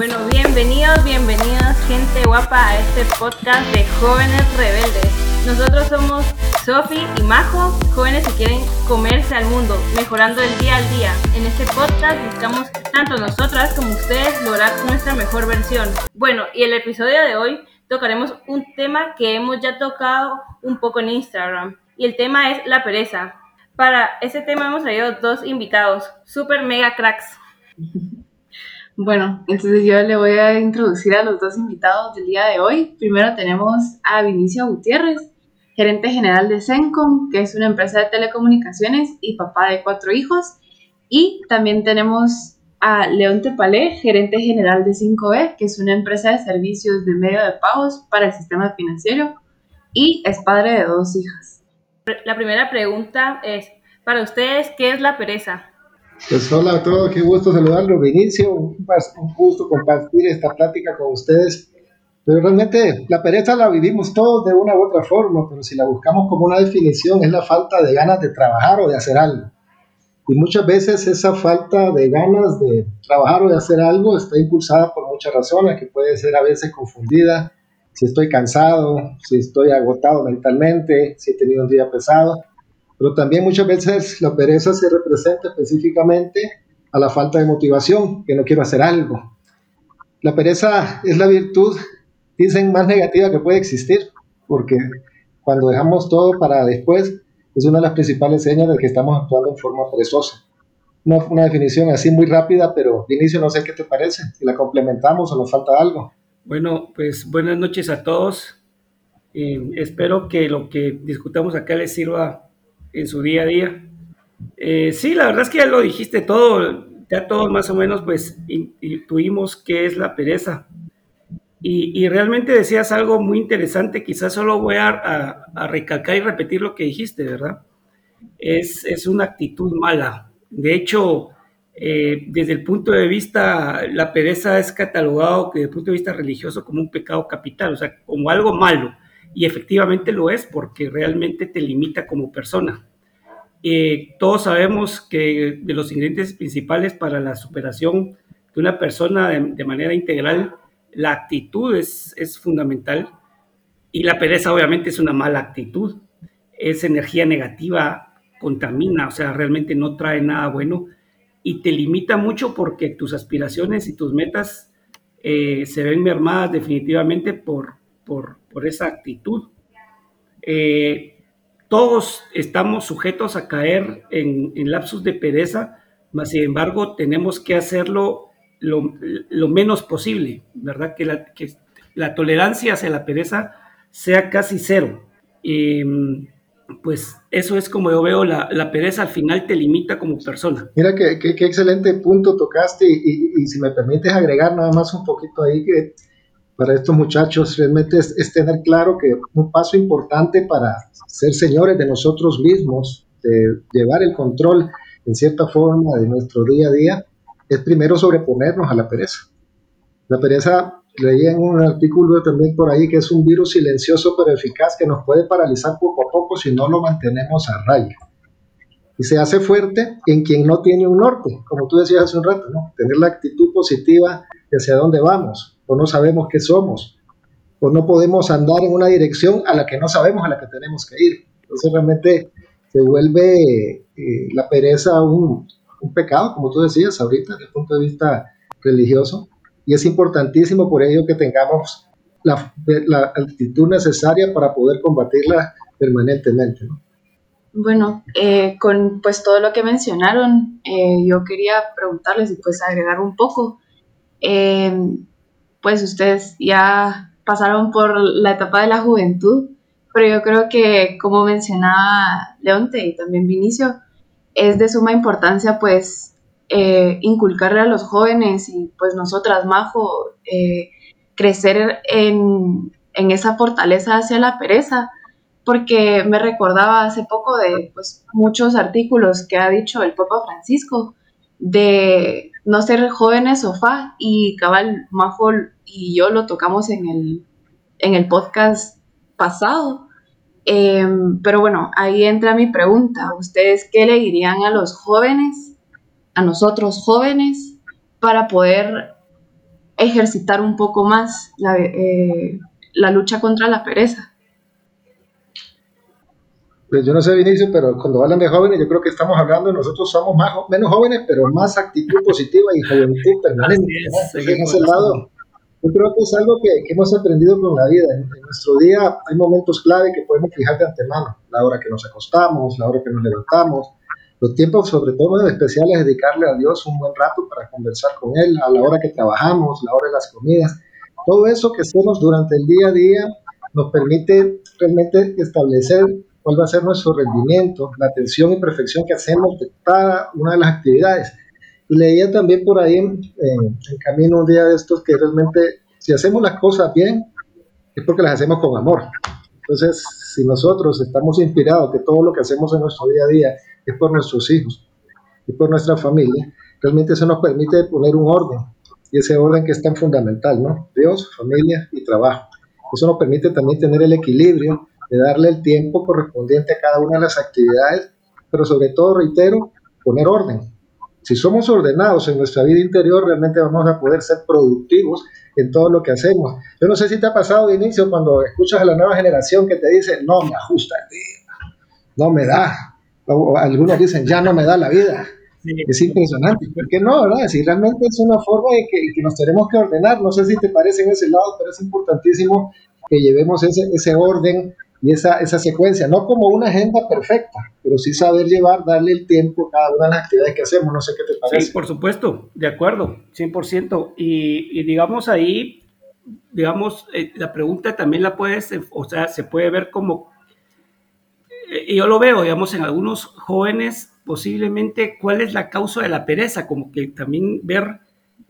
Bueno, bienvenidos, gente guapa, a este podcast de Jóvenes Rebeldes. Nosotros somos Sofi y Majo, jóvenes que quieren comerse al mundo, mejorando el día al día. En este podcast buscamos, tanto nosotras como ustedes, lograr nuestra mejor versión. Bueno, y el episodio de hoy tocaremos un tema que hemos ya tocado un poco en Instagram, y el tema es la pereza. Para ese tema hemos traído dos invitados, super mega cracks. Bueno, entonces yo le voy a introducir a los dos invitados del día de hoy. Primero tenemos a Vinicio Gutiérrez, gerente general de Cencom, que es una empresa de telecomunicaciones y papá de 4 hijos. Y también tenemos a León Tepalé, gerente general de 5B, que es una empresa de servicios de medio de pagos para el sistema financiero y es padre de 2 hijas. La primera pregunta es, para ustedes, ¿qué es la pereza? Pues hola a todos, qué gusto saludarlos, Vinicio, un gusto compartir esta plática con ustedes. Pero realmente la pereza la vivimos todos de una u otra forma, pero si la buscamos como una definición es la falta de ganas de trabajar o de hacer algo. Y muchas veces esa falta de ganas de trabajar o de hacer algo está impulsada por muchas razones, que puede ser a veces confundida, si estoy cansado, si estoy agotado mentalmente, si he tenido un día pesado. Pero también muchas veces la pereza se representa específicamente a la falta de motivación, que no quiero hacer algo. La pereza es la virtud, dicen, más negativa que puede existir, porque cuando dejamos todo para después, es una de las principales señas de que estamos actuando en forma perezosa. Una definición así muy rápida, pero de inicio no sé qué te parece, si la complementamos o nos falta algo. Bueno, pues buenas noches a todos. Espero que lo que discutamos acá les sirva en su día a día. Sí, la verdad es que ya lo dijiste todo, ya todos más o menos pues intuimos qué es la pereza. Y realmente decías algo muy interesante, quizás solo voy a recalcar y repetir lo que dijiste, ¿verdad? Es una actitud mala. De hecho, desde el punto de vista, la pereza es catalogado desde el punto de vista religioso como un pecado capital, o sea, como algo malo. Y efectivamente lo es porque realmente te limita como persona. Todos sabemos que de los ingredientes principales para la superación de una persona de manera integral, la actitud es fundamental, y la pereza obviamente es una mala actitud, es energía negativa, contamina, o sea, realmente no trae nada bueno y te limita mucho porque tus aspiraciones y tus metas se ven mermadas definitivamente por esa actitud. Todos estamos sujetos a caer en lapsus de pereza, mas sin embargo tenemos que hacerlo lo menos posible, ¿verdad? Que la tolerancia hacia la pereza sea casi cero. Pues eso es como yo veo la pereza, al final te limita como persona. Mira qué excelente punto tocaste y si me permites agregar nada más un poquito ahí, que para estos muchachos realmente es tener claro que un paso importante para ser señores de nosotros mismos, de llevar el control en cierta forma de nuestro día a día, es primero sobreponernos a la pereza. La pereza, leí en un artículo también por ahí, que es un virus silencioso pero eficaz que nos puede paralizar poco a poco si no lo mantenemos a raya. Y se hace fuerte en quien no tiene un norte, como tú decías hace un rato, ¿no? Tener la actitud positiva de hacia dónde vamos, o no sabemos qué somos, o no podemos andar en una dirección a la que no sabemos a la que tenemos que ir. Entonces realmente se vuelve la pereza un pecado, como tú decías ahorita, desde el punto de vista religioso, y es importantísimo por ello que tengamos la actitud necesaria para poder combatirla permanentemente, ¿no? Bueno, con pues todo lo que mencionaron, yo quería preguntarles y pues agregar un poco. Pues ustedes ya pasaron por la etapa de la juventud, pero yo creo que, como mencionaba Leonte y también Vinicio, es de suma importancia pues inculcarle a los jóvenes y pues nosotras, Majo, crecer en esa fortaleza hacia la pereza, porque me recordaba hace poco de pues, muchos artículos que ha dicho el Papa Francisco de no ser jóvenes sofá, y cabal, Majo y yo lo tocamos en el podcast pasado. Pero bueno, ahí entra mi pregunta. ¿Ustedes qué le dirían a los jóvenes, a nosotros jóvenes, para poder ejercitar un poco más la lucha contra la pereza. Pues yo no sé, Vinicio, pero cuando hablan de jóvenes, yo creo que estamos hablando, nosotros somos menos jóvenes, pero más actitud positiva y juventud permanente. Entonces, en ese lado, yo creo que es algo que hemos aprendido con la vida. En nuestro día hay momentos clave que podemos fijar de antemano: la hora que nos acostamos, la hora que nos levantamos, los tiempos, sobre todo especiales, dedicarle a Dios un buen rato para conversar con Él, a la hora que trabajamos, la hora de las comidas. Todo eso que hacemos durante el día a día nos permite realmente establecer cuál va a ser nuestro rendimiento, la atención y perfección que hacemos de cada una de las actividades. Y leía también por ahí en camino un día de estos que realmente si hacemos las cosas bien es porque las hacemos con amor. Entonces, si nosotros estamos inspirados que todo lo que hacemos en nuestro día a día es por nuestros hijos y por nuestra familia, realmente eso nos permite poner un orden, y ese orden que es tan fundamental, ¿no? Dios, familia y trabajo. Eso nos permite también tener el equilibrio de darle el tiempo correspondiente a cada una de las actividades, pero sobre todo, reitero, poner orden. Si somos ordenados en nuestra vida interior, realmente vamos a poder ser productivos en todo lo que hacemos. Yo no sé si te ha pasado, de inicio, cuando escuchas a la nueva generación que te dice, no me ajusta el día, no me da, o algunos dicen, ya no me da la vida. Sí. Es impresionante. ¿Por qué no, verdad? Si realmente es una forma de que nos tenemos que ordenar. No sé si te parece en ese lado, pero es importantísimo que llevemos ese orden y esa secuencia, no como una agenda perfecta, pero sí saber darle el tiempo a cada una de las actividades que hacemos. No sé qué te parece. Sí, por supuesto, de acuerdo, 100%. Y digamos ahí, la pregunta también la puedes, o sea, se puede ver como, yo lo veo, digamos, en algunos jóvenes, posiblemente, cuál es la causa de la pereza, como que también ver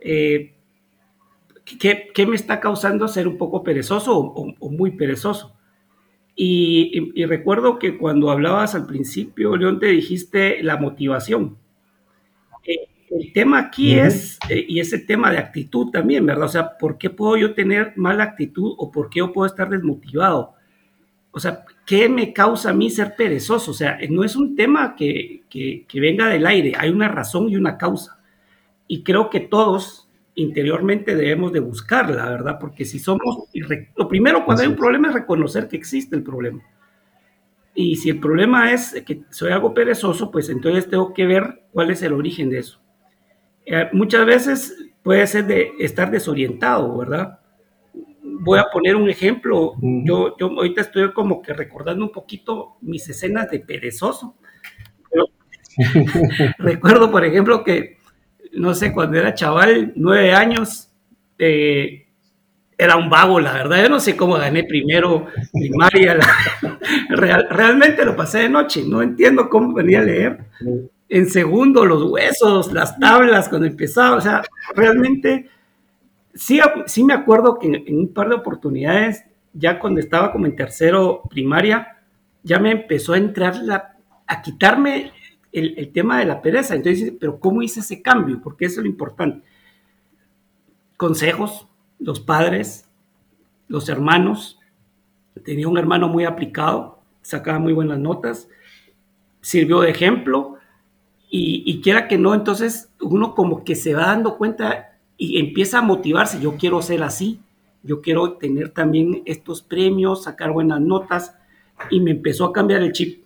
qué me está causando ser un poco perezoso o muy perezoso. Y recuerdo que cuando hablabas al principio, León, te dijiste la motivación. El tema aquí es, y es el tema de actitud también, ¿verdad? O sea, ¿por qué puedo yo tener mala actitud o por qué yo puedo estar desmotivado? O sea, ¿qué me causa a mí ser perezoso? O sea, no es un tema que venga del aire, hay una razón y una causa. Y creo que todos interiormente debemos de buscarla, ¿verdad? Porque si somos, lo primero cuando hay un problema es reconocer que existe el problema. Y si el problema es que soy algo perezoso, pues entonces tengo que ver cuál es el origen de eso. Muchas veces puede ser de estar desorientado, ¿verdad? Voy a poner un ejemplo. Yo ahorita estoy como que recordando un poquito mis escenas de perezoso. Pero recuerdo, por ejemplo, que no sé, cuando era chaval, 9 años, era un vago, la verdad. Yo no sé cómo gané primero primaria. Realmente lo pasé de noche. No entiendo cómo venía a leer. En segundo, los huesos, las tablas, cuando empezaba. O sea, realmente, sí me acuerdo que en un par de oportunidades, ya cuando estaba como en tercero primaria, ya me empezó a entrar a quitarme el tema de la pereza. Entonces, pero ¿cómo hice ese cambio? Porque eso es lo importante. Consejos, los padres, los hermanos. Tenía un hermano muy aplicado, sacaba muy buenas notas, sirvió de ejemplo, y quiera que no, entonces uno como que se va dando cuenta y empieza a motivarse. Yo quiero ser así, yo quiero tener también estos premios, sacar buenas notas, y me empezó a cambiar el chip.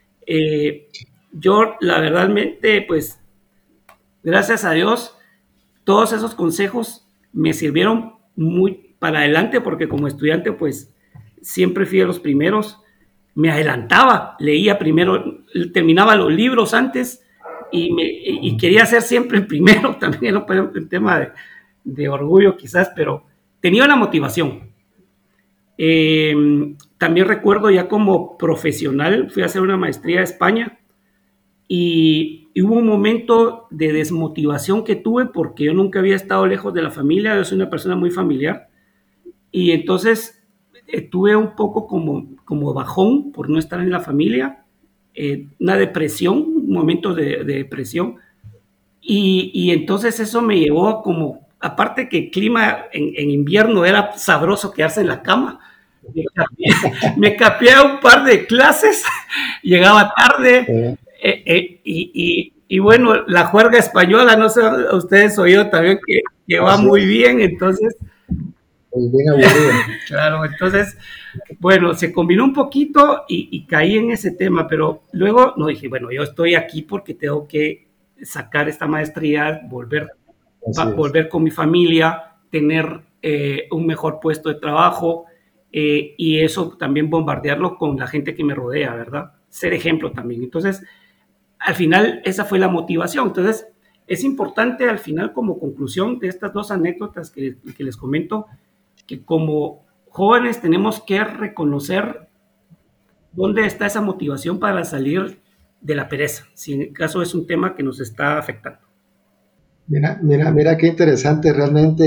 Yo, la verdadmente, pues, gracias a Dios, todos esos consejos me sirvieron muy para adelante, porque como estudiante, pues, siempre fui de los primeros, me adelantaba, leía primero, terminaba los libros antes, y quería ser siempre el primero. También era un tema de orgullo quizás, pero tenía una motivación. También recuerdo ya como profesional, fui a hacer una maestría a España, y hubo un momento de desmotivación que tuve porque yo nunca había estado lejos de la familia. Yo soy una persona muy familiar, y entonces tuve un poco como bajón por no estar en la familia, una depresión, un momento de depresión, y entonces eso me llevó como, aparte que el clima en invierno era sabroso quedarse en la cama, me capié a un par de clases, llegaba tarde, y Y bueno, la juerga española, no sé, ustedes oído también que va muy bien, entonces, Pues bien aburrido. claro, entonces, bueno, se combinó un poquito y caí en ese tema, pero luego no dije, bueno, yo estoy aquí porque tengo que sacar esta maestría, Así es. volver con mi familia, tener un mejor puesto de trabajo y eso también bombardearlo con la gente que me rodea, ¿verdad? Ser ejemplo también. Entonces, al final esa fue la motivación. Entonces, es importante al final como conclusión de estas dos anécdotas que les comento, que como jóvenes tenemos que reconocer dónde está esa motivación para salir de la pereza, si en el caso es un tema que nos está afectando. Mira qué interesante realmente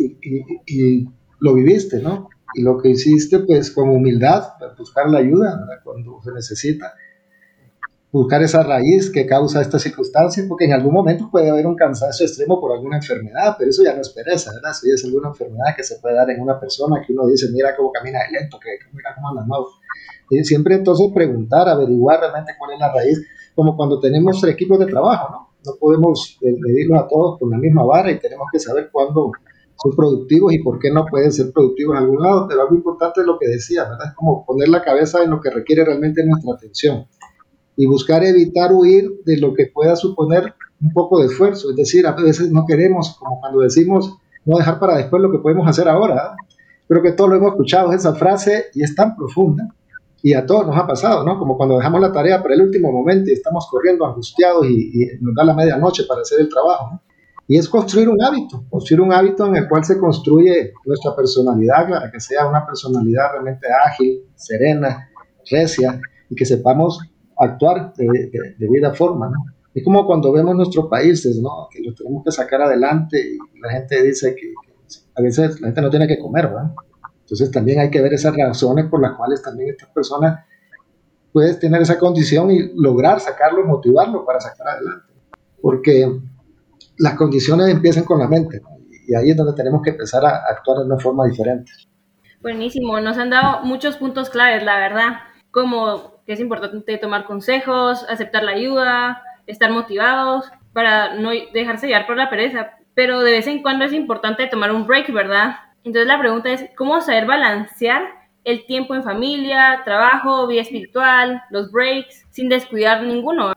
y lo viviste, ¿no? Y lo que hiciste, pues con humildad, buscar la ayuda, ¿verdad? Cuando se necesita, buscar esa raíz que causa esta circunstancia, porque en algún momento puede haber un cansancio extremo por alguna enfermedad, pero eso ya no es pereza, ¿verdad? Si es alguna enfermedad que se puede dar en una persona, que uno dice, mira cómo camina de lento, que mira cómo anda nuevo. Y siempre entonces preguntar, averiguar realmente cuál es la raíz, como cuando tenemos equipos de trabajo, ¿no? No podemos medirlos a todos con la misma vara y tenemos que saber cuándo son productivos y por qué no pueden ser productivos en algún lado, pero algo importante es lo que decía, ¿verdad? Es como poner la cabeza en lo que requiere realmente nuestra atención y buscar evitar huir de lo que pueda suponer un poco de esfuerzo. Es decir, a veces no queremos, como cuando decimos, no dejar para después lo que podemos hacer ahora. Creo que todos lo hemos escuchado, esa frase, y es tan profunda, y a todos nos ha pasado, ¿no? Como cuando dejamos la tarea para el último momento y estamos corriendo angustiados y nos da la medianoche para hacer el trabajo, ¿no? Y es construir un hábito en el cual se construye nuestra personalidad, para que sea una personalidad realmente ágil, serena, recia, y que sepamos actuar de debida forma, ¿no? Es como cuando vemos nuestros países, ¿no? Que los tenemos que sacar adelante y la gente dice que a veces la gente no tiene que comer, ¿verdad? Entonces también hay que ver esas razones por las cuales también estas personas pueden tener esa condición y lograr sacarlo, motivarlo para sacar adelante. Porque las condiciones empiezan con la mente, ¿no? Y ahí es donde tenemos que empezar a actuar de una forma diferente. Buenísimo, nos han dado muchos puntos claves, la verdad, como que es importante tomar consejos, aceptar la ayuda, estar motivados para no dejarse llevar por la pereza, pero de vez en cuando es importante tomar un break, ¿verdad? Entonces la pregunta es, ¿cómo saber balancear el tiempo en familia, trabajo, vida espiritual, los breaks, sin descuidar ninguno?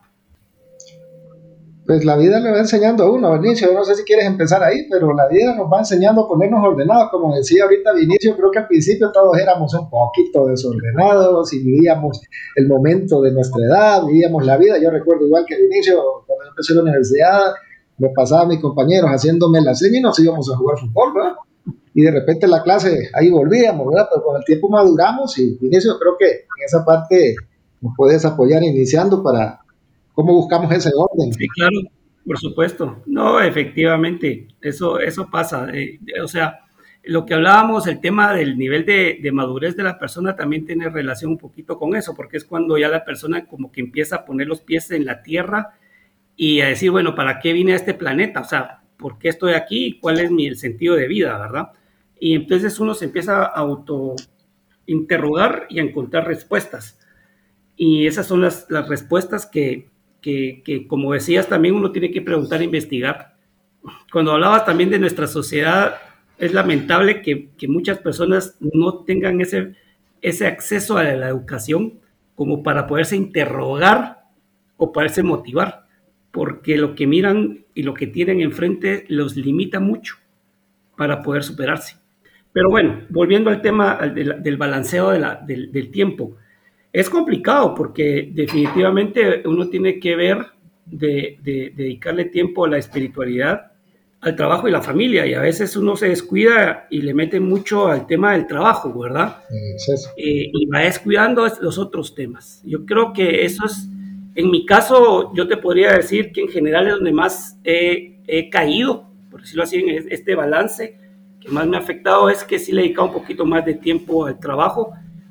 Pues la vida le va enseñando a uno, Vinicio, yo no sé si quieres empezar ahí, pero la vida nos va enseñando a ponernos ordenados, como decía ahorita Vinicio, creo que al principio todos éramos un poquito desordenados y vivíamos el momento de nuestra edad, vivíamos la vida, yo recuerdo igual que Vinicio, cuando yo empecé la universidad, me pasaba a mis compañeros haciéndome la seña y nos íbamos a jugar fútbol, ¿verdad? Y de repente en la clase ahí volvíamos, ¿verdad? Pero con el tiempo maduramos y Vinicio creo que en esa parte nos puedes apoyar iniciando para cómo buscamos ese orden. Sí, claro, por supuesto. No, efectivamente, eso pasa. O sea, lo que hablábamos, el tema del nivel de madurez de la persona también tiene relación un poquito con eso, porque es cuando ya la persona como que empieza a poner los pies en la tierra y a decir, bueno, ¿para qué vine a este planeta? O sea, ¿por qué estoy aquí? ¿Cuál es el sentido de vida, verdad? Y entonces uno se empieza a auto interrogar y a encontrar respuestas. Y esas son las respuestas que, como decías, también uno tiene que preguntar e investigar. Cuando hablabas también de nuestra sociedad, es lamentable que muchas personas no tengan ese acceso a la educación como para poderse interrogar o poderse motivar, porque lo que miran y lo que tienen enfrente los limita mucho para poder superarse. Pero bueno, volviendo al tema del balanceo del tiempo, es complicado porque definitivamente uno tiene que ver de dedicarle tiempo a la espiritualidad, al trabajo y la familia, y a veces uno se descuida y le mete mucho al tema del trabajo, ¿verdad? Es eso. Y va descuidando los otros temas. Yo creo que eso es, en mi caso, yo te podría decir que en general es donde más he caído, por decirlo así, en este balance que más me ha afectado es que sí le he dedicado un poquito más de tiempo al trabajo,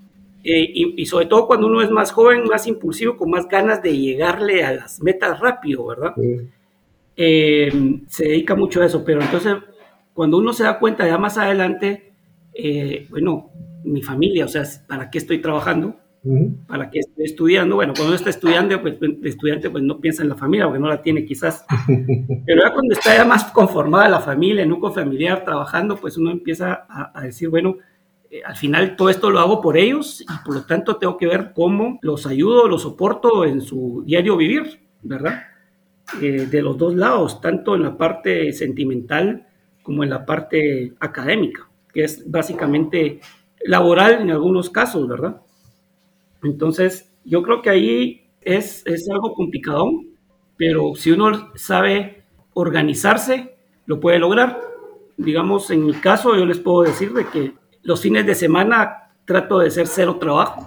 y sobre todo cuando uno es más joven, más impulsivo, con más ganas de llegarle a las metas rápido, ¿verdad? Sí. Se dedica mucho a eso, pero entonces cuando uno se da cuenta ya más adelante, bueno, mi familia, o sea, ¿para qué estoy trabajando? para que esté estudiando. Bueno, cuando uno está estudiando, pues de estudiante pues no piensa en la familia porque no la tiene quizás. Pero ya cuando está ya más conformada la familia, el núcleo familiar, trabajando, pues uno empieza a decir, bueno, al final todo esto lo hago por ellos y por lo tanto tengo que ver cómo los ayudo, los soporto en su diario vivir, ¿verdad? De los dos lados, tanto en la parte sentimental como en la parte académica, que es básicamente laboral en algunos casos, ¿verdad? Entonces, yo creo que ahí es algo complicado, pero si uno sabe organizarse, lo puede lograr. Digamos, en mi caso, yo les puedo decir de que los fines de semana trato de hacer cero trabajo.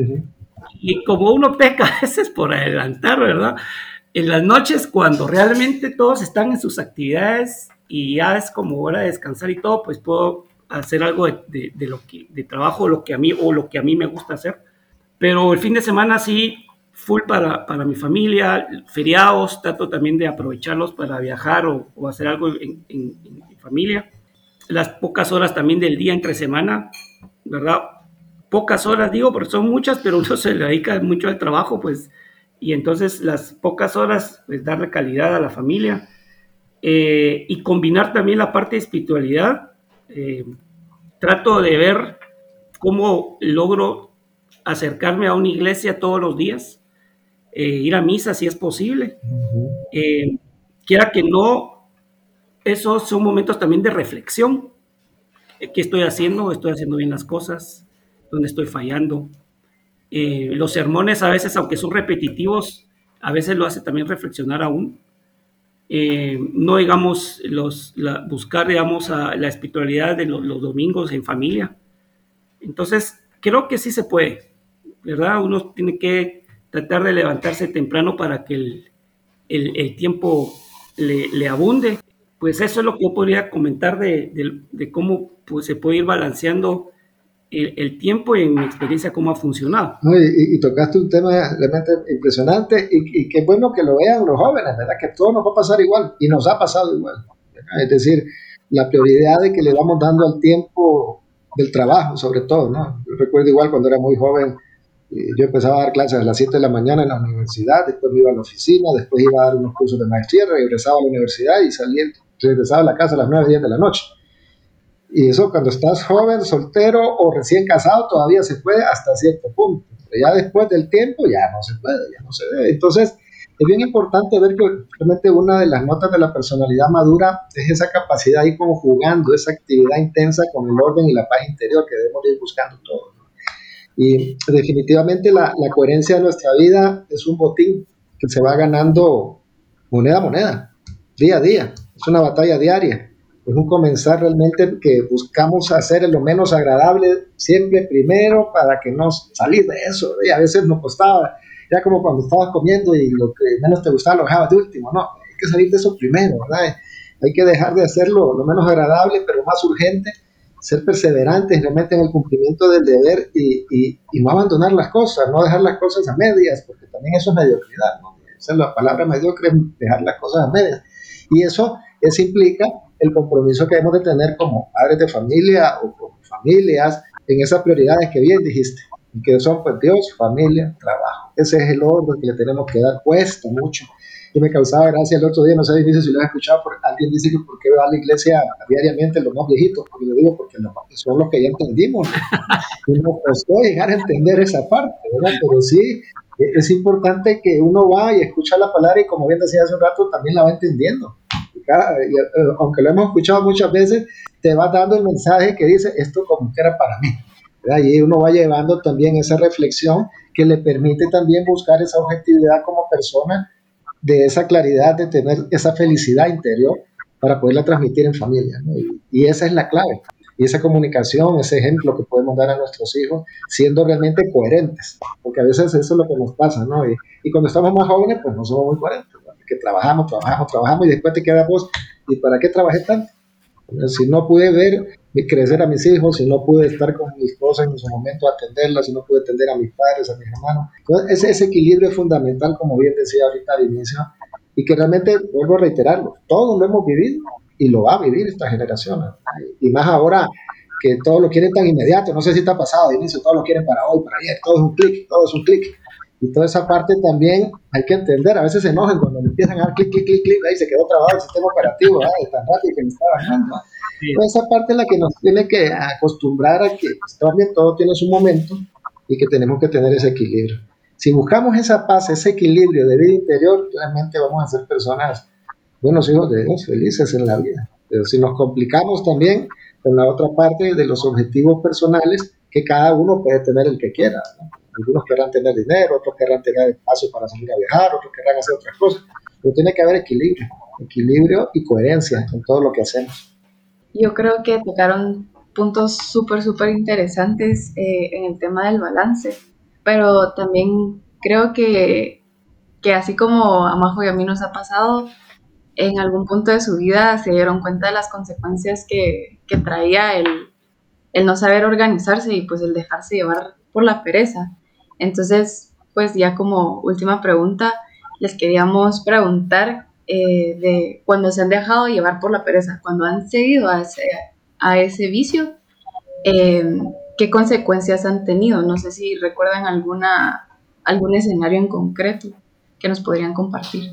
Y como uno peca a veces por adelantar, ¿verdad? En las noches, cuando realmente todos están en sus actividades y ya es como hora de descansar y todo, pues puedo hacer algo de trabajo, lo que a mí me gusta hacer. Pero el fin de semana sí, full para mi familia, feriados, trato también de aprovecharlos para viajar o hacer algo en mi familia. Las pocas horas también del día entre semana, ¿verdad? Pocas horas digo, porque son muchas, pero uno se le dedica mucho al trabajo, pues, y entonces las pocas horas, pues, darle calidad a la familia y combinar también la parte de espiritualidad. Trato de ver cómo logro acercarme a una iglesia todos los días, ir a misa si es posible. Quiera que no, esos son momentos también de reflexión. ¿Qué estoy haciendo? ¿Estoy haciendo bien las cosas? ¿Dónde estoy fallando? Los sermones a veces, aunque son repetitivos, a veces lo hace también reflexionar aún. No digamos, buscar, digamos, la espiritualidad de los domingos en familia. Entonces, creo que sí se puede, ¿verdad? Uno tiene que tratar de levantarse temprano para que el tiempo le abunde. Pues eso es lo que yo podría comentar de cómo pues, se puede ir balanceando el tiempo y en mi experiencia cómo ha funcionado. No, y tocaste un tema realmente impresionante y qué bueno que lo vean los jóvenes, ¿verdad? Que todo nos va a pasar igual y nos ha pasado igual, ¿verdad? Es decir, la prioridad de que le vamos dando al tiempo del trabajo, sobre todo, ¿no? Yo recuerdo igual cuando era muy joven, yo empezaba a dar clases a las 7 de la mañana en la universidad, después me iba a la oficina, después iba a dar unos cursos de maestría, regresaba a la universidad y regresaba a la casa a las 9, 10 de la noche. Y eso cuando estás joven, soltero o recién casado todavía se puede hasta cierto punto. Pero ya después del tiempo ya no se puede, ya no se debe. Entonces es bien importante ver que realmente una de las notas de la personalidad madura es esa capacidad de ir como jugando, esa actividad intensa con el orden y la paz interior que debemos ir buscando todos, ¿no? Y definitivamente la coherencia de nuestra vida es un botín que se va ganando moneda a moneda, día a día. Es una batalla diaria. Es un comenzar realmente que buscamos hacer lo menos agradable siempre primero para que no salir de eso. Y a veces nos costaba, ya como cuando estabas comiendo y lo que menos te gustaba lo dejabas de último. No, hay que salir de eso primero, ¿verdad? Hay que dejar de hacerlo lo menos agradable, pero más urgente, ser perseverantes realmente en el cumplimiento del deber y no abandonar las cosas, no dejar las cosas a medias, porque también eso es mediocridad, ¿no? Esa es la palabra mediocre, dejar las cosas a medias. Y eso implica el compromiso que debemos de tener como padres de familia o como familias en esas prioridades que bien dijiste, que son pues Dios, familia, trabajo. Ese es el orden que le tenemos que dar, cuesta mucho. Y me causaba gracia el otro día, no sé si lo has escuchado, alguien dice que por qué va a la iglesia diariamente los más viejitos, porque yo digo, porque son los que ya entendimos, ¿no? Y nos costó llegar a entender esa parte, ¿verdad? Pero sí, es importante que uno va y escucha la palabra y como bien decía hace un rato, también la va entendiendo. Aunque lo hemos escuchado muchas veces, te va dando el mensaje que dice, esto como que era para mí, ¿verdad? Y uno va llevando también esa reflexión que le permite también buscar esa objetividad como persona, de esa claridad, de tener esa felicidad interior para poderla transmitir en familia, ¿no? Y esa es la clave. Y esa comunicación, ese ejemplo que podemos dar a nuestros hijos, siendo realmente coherentes, porque a veces eso es lo que nos pasa, ¿no? Y cuando estamos más jóvenes, pues no somos muy coherentes, ¿no? Que trabajamos y después te quedas vos, ¿y para qué trabajé tanto? Si no pude ver crecer a mis hijos, si no pude estar con mi esposa en su momento, atenderla, si no pude atender a mis padres, a mis hermanos. Entonces, ese equilibrio es fundamental, como bien decía ahorita al inicio, y que realmente, vuelvo a reiterarlo, todos lo hemos vivido y lo va a vivir esta generación. Y más ahora que todo lo quieren tan inmediato, no sé si te ha pasado, de inicio, todo lo quieren para hoy, para ayer, todo es un clic, todo es un clic. Y toda esa parte también hay que entender, a veces se enojan cuando le empiezan a dar clic, clic, clic, clic, ahí se quedó trabado el sistema operativo, de tan rápido que me está bajando. Sí. Toda esa parte es la que nos tiene que acostumbrar a que pues, también todo tiene su momento y que tenemos que tener ese equilibrio. Si buscamos esa paz, ese equilibrio de vida interior, realmente vamos a ser personas, buenos hijos de Dios, felices en la vida. Pero si nos complicamos también con la otra parte de los objetivos personales, que cada uno puede tener el que quiera, ¿no? Algunos querrán tener dinero, otros querrán tener espacio para salir a viajar, otros querrán hacer otras cosas, pero tiene que haber equilibrio y coherencia en todo lo que hacemos. Yo creo que tocaron puntos súper, súper interesantes en el tema del balance, pero también creo que así como a Majo y a mí nos ha pasado, en algún punto de su vida se dieron cuenta de las consecuencias que traía el no saber organizarse y pues el dejarse llevar por la pereza. Entonces, pues ya como última pregunta, les queríamos preguntar de cuando se han dejado llevar por la pereza, cuando han seguido a ese vicio, eh, ¿qué consecuencias han tenido? No sé si recuerdan algún escenario en concreto que nos podrían compartir.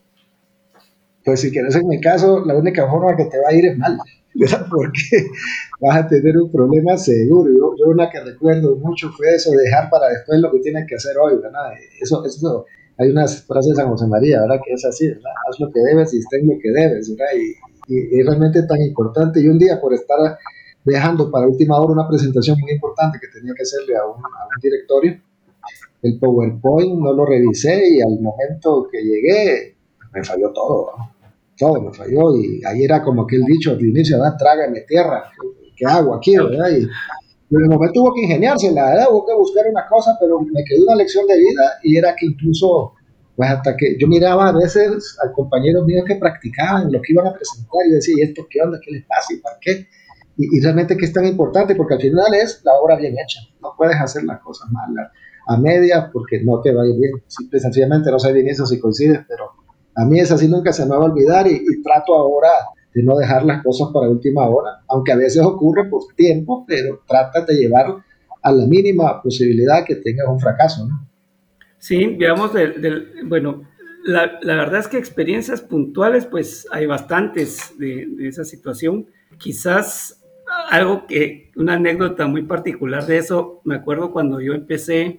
Pues si quieres en mi caso, la única forma que te va a ir es mal, ¿verdad? Porque vas a tener un problema seguro. Yo una que recuerdo mucho fue eso, dejar para después lo que tienes que hacer hoy, ¿verdad? Eso hay unas frases de San José María, ¿verdad? Que es así, ¿verdad? Haz lo que debes y ten lo que debes, ¿verdad? Y realmente es tan importante. Y un día por estar dejando para última hora una presentación muy importante que tenía que hacerle a un directorio, el PowerPoint no lo revisé y al momento que llegué me falló todo, ¿no? Todo me falló y ahí era como aquel dicho al inicio, ¿verdad? Trágame tierra, ¿qué hago aquí, verdad? Y en el momento hubo que ingeniarse, la verdad, hubo que buscar una cosa, pero me quedó una lección de vida y era que incluso, pues hasta que yo miraba a veces a compañeros míos que practicaban lo que iban a presentar y yo decía, ¿y esto qué onda? ¿Qué les pasa? ¿Y para qué? Y realmente que es tan importante porque al final es la obra bien hecha, no puedes hacer las cosas malas a medias porque no te va a ir bien, simple y sencillamente no sé bien eso si coincides, pero a mí es así, nunca se me va a olvidar y trato ahora de no dejar las cosas para última hora, aunque a veces ocurre por tiempo, pero trata de llevar a la mínima posibilidad que tengas un fracaso, ¿no? Sí, digamos, bueno, la verdad es que experiencias puntuales, pues hay bastantes de esa situación. Quizás una anécdota muy particular de eso, me acuerdo cuando yo empecé,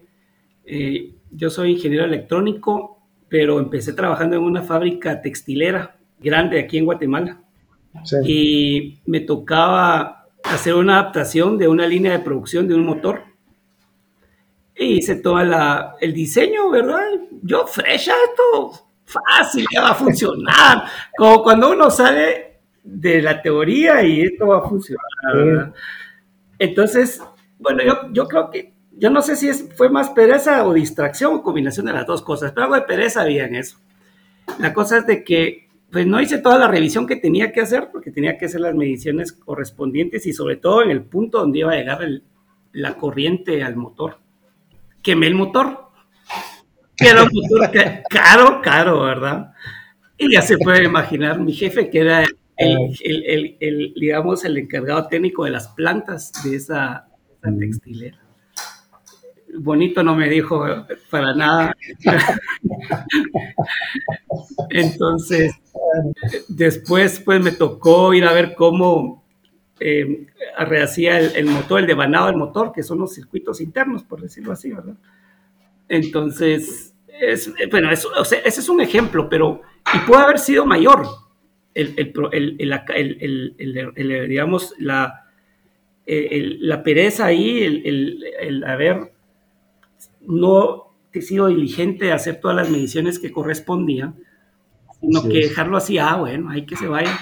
yo soy ingeniero electrónico, pero empecé trabajando en una fábrica textilera grande aquí en Guatemala. Sí. Y me tocaba hacer una adaptación de una línea de producción de un motor. Y hice todo el diseño, ¿verdad? Yo, fresh, esto fácil, ya va a funcionar. Como cuando uno sale de la teoría y esto va a funcionar, ¿verdad? Entonces, bueno, yo creo que, yo no sé si fue más pereza o distracción o combinación de las dos cosas, pero algo de pereza había en eso. La cosa es de que, pues no hice toda la revisión que tenía que hacer, porque tenía que hacer las mediciones correspondientes y sobre todo en el punto donde iba a llegar la corriente al motor. Quemé el motor, que era un motor caro, ¿verdad? Y ya se puede imaginar mi jefe, que era digamos, el encargado técnico de las plantas de esa textilera. Bonito no me dijo para nada. Entonces, después pues me tocó ir a ver cómo rehacía el motor, el devanado del motor, que son los circuitos internos, por decirlo así, ¿verdad? Entonces, bueno, o sea, ese es un ejemplo, pero y puede haber sido mayor digamos, la pereza ahí, el haber no sido diligente de hacer todas las mediciones que correspondían, sino que dejarlo así, bueno, hay que se vaya.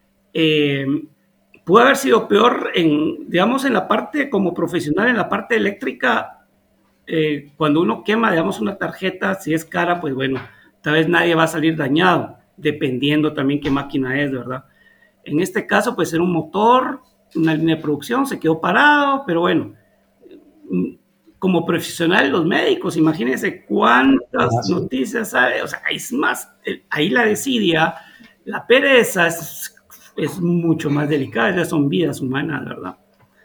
Pudo haber sido peor digamos, en la parte como profesional, en la parte eléctrica, cuando uno quema, digamos, una tarjeta, si es cara, pues bueno, tal vez nadie va a salir dañado, dependiendo también qué máquina es, ¿verdad? En este caso, pues era un motor, una línea de producción, se quedó parado, pero bueno, como profesional, los médicos, imagínense cuántas noticias hay, o sea, es más, ahí la desidia, la pereza es mucho más delicada, ya son vidas humanas, ¿verdad?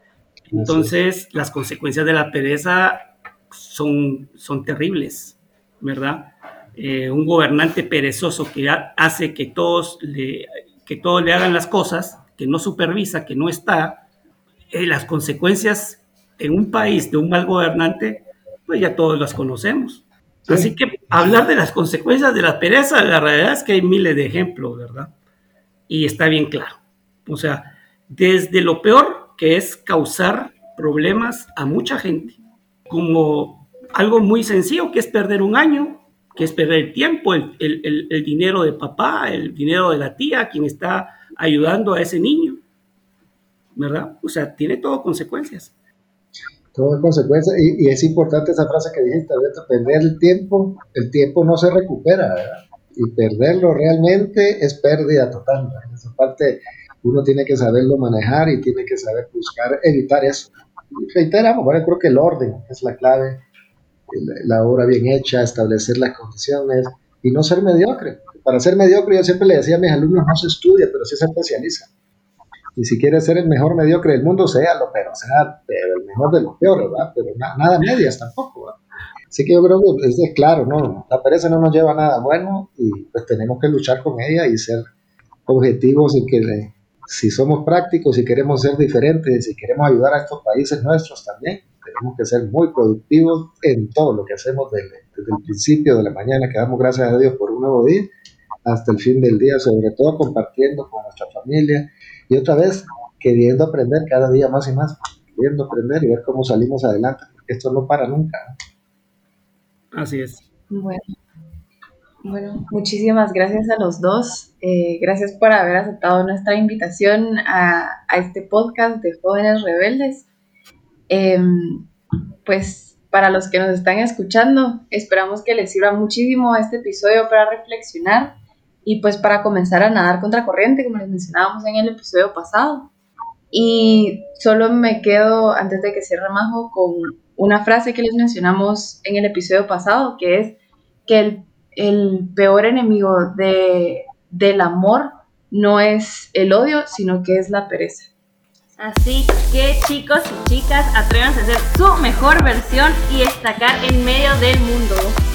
Entonces, las consecuencias de la pereza son terribles, ¿verdad? Un gobernante perezoso que hace que todos le hagan las cosas, que no supervisa, que no está, las consecuencias en un país de un mal gobernante, pues ya todos las conocemos. Sí. Así que hablar de las consecuencias de la pereza, la realidad es que hay miles de ejemplos, ¿verdad? Y está bien claro. O sea, desde lo peor, que es causar problemas a mucha gente, como algo muy sencillo, que es perder un año, que es perder el tiempo, el dinero de papá, el dinero de la tía, quien está ayudando a ese niño, ¿verdad? O sea, tiene todo consecuencias. Todo consecuencias, y es importante esa frase que dijiste, Alberto, perder el tiempo no se recupera, ¿verdad? Y perderlo realmente es pérdida total, ¿verdad? Esa parte uno tiene que saberlo manejar y tiene que saber buscar evitar eso. Y reiteramos, bueno, creo que el orden es la clave, la obra bien hecha, establecer las condiciones y no ser mediocre. Para ser mediocre, yo siempre le decía a mis alumnos, no se estudia, pero sí se especializa. Y si quieres ser el mejor mediocre del mundo, séalo, pero el mejor de los peores, ¿verdad? Pero nada medias tampoco, ¿verdad? Así que yo creo que es claro, ¿no? La pereza no nos lleva a nada bueno y pues tenemos que luchar con ella y ser objetivos y que si somos prácticos, si queremos ser diferentes, si queremos ayudar a estos países nuestros también, tenemos que ser muy productivos en todo lo que hacemos desde el principio de la mañana, que damos gracias a Dios por un nuevo día, hasta el fin del día, sobre todo compartiendo con nuestra familia y otra vez queriendo aprender cada día más y más, queriendo aprender y ver cómo salimos adelante, porque esto no para nunca, ¿no? Así es. Bueno, muchísimas gracias a los dos. Gracias por haber aceptado nuestra invitación a este podcast de Jóvenes Rebeldes. Pues para los que nos están escuchando, esperamos que les sirva muchísimo este episodio para reflexionar y pues para comenzar a nadar contracorriente, como les mencionábamos en el episodio pasado. Y solo me quedo, antes de que cierre Majo, con una frase que les mencionamos en el episodio pasado, que es que el peor enemigo del amor no es el odio, sino que es la pereza. Así que chicos y chicas, atrévanse a ser su mejor versión y destacar en medio del mundo.